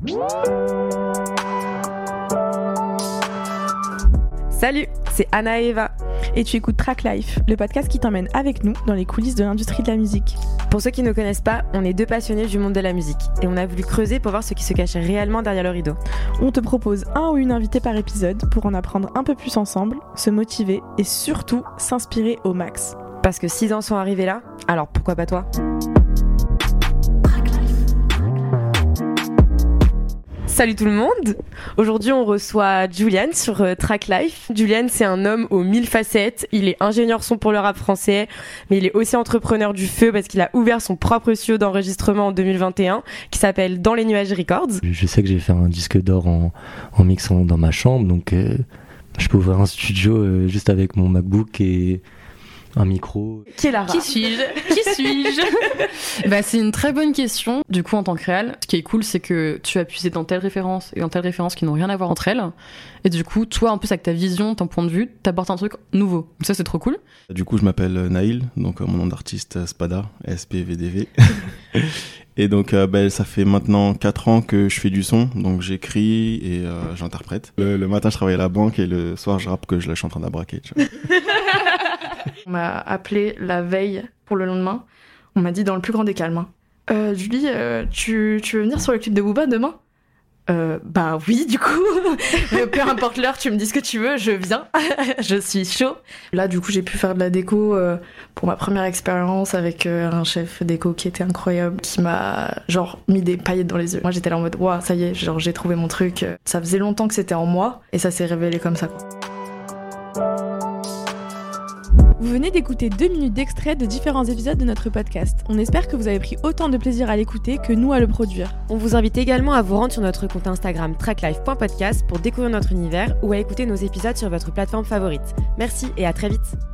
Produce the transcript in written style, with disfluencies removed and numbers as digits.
Salut, c'est Anna et Eva. Et tu écoutes Track Life, le podcast qui t'emmène avec nous dans les coulisses de l'industrie de la musique. Pour ceux qui ne connaissent pas, on est deux passionnés du monde de la musique et on a voulu creuser pour voir ce qui se cachait réellement derrière le rideau. On te propose un ou une invitée par épisode pour en apprendre un peu plus ensemble, se motiver et surtout s'inspirer au max. Parce que 6 ans sont arrivés là, alors pourquoi pas toi ? Salut tout le monde! Aujourd'hui, on reçoit Julian sur Track Life. Julian, c'est un homme aux 1000 facettes. Il est ingénieur son pour le rap français, mais il est aussi entrepreneur du feu parce qu'il a ouvert son propre studio d'enregistrement en 2021 qui s'appelle Dans les Nuages Records. Je sais que j'ai fait un disque d'or en mixant dans ma chambre, donc je peux ouvrir un studio juste avec mon MacBook et un micro. Qui est Lara ? Qui suis-je ? C'est une très bonne question. Du coup, en tant que réal, ce qui est cool, c'est que tu as puisé dans telle référence et dans telle référence qui n'ont rien à voir entre elles. Et du coup, toi, en plus, avec ta vision, ton point de vue, t'apportes un truc nouveau. Donc ça, c'est trop cool. Du coup, je m'appelle Naïl, donc mon nom d'artiste Spada, SPVDV. Et donc, ça fait maintenant 4 ans que je fais du son, donc j'écris et j'interprète. Le matin, je travaille à la banque et le soir, je rappe que je suis en train d'abraquer. Tu vois. On m'a appelé la veille pour le lendemain. On m'a dit dans le plus grand des calmes. Julie, tu veux venir sur le clip de Booba demain ? Bah oui, du coup. Peu importe l'heure, tu me dis ce que tu veux, je viens. Je suis chaud. Là, du coup, j'ai pu faire de la déco pour ma première expérience avec un chef déco qui était incroyable, qui m'a mis des paillettes dans les yeux. Moi, j'étais là en mode, waouh, ça y est, j'ai trouvé mon truc. Ça faisait longtemps que c'était en moi et ça s'est révélé comme ça, quoi. Vous venez d'écouter 2 minutes d'extrait de différents épisodes de notre podcast. On espère que vous avez pris autant de plaisir à l'écouter que nous à le produire. On vous invite également à vous rendre sur notre compte Instagram tracklife.podcast pour découvrir notre univers ou à écouter nos épisodes sur votre plateforme favorite. Merci et à très vite.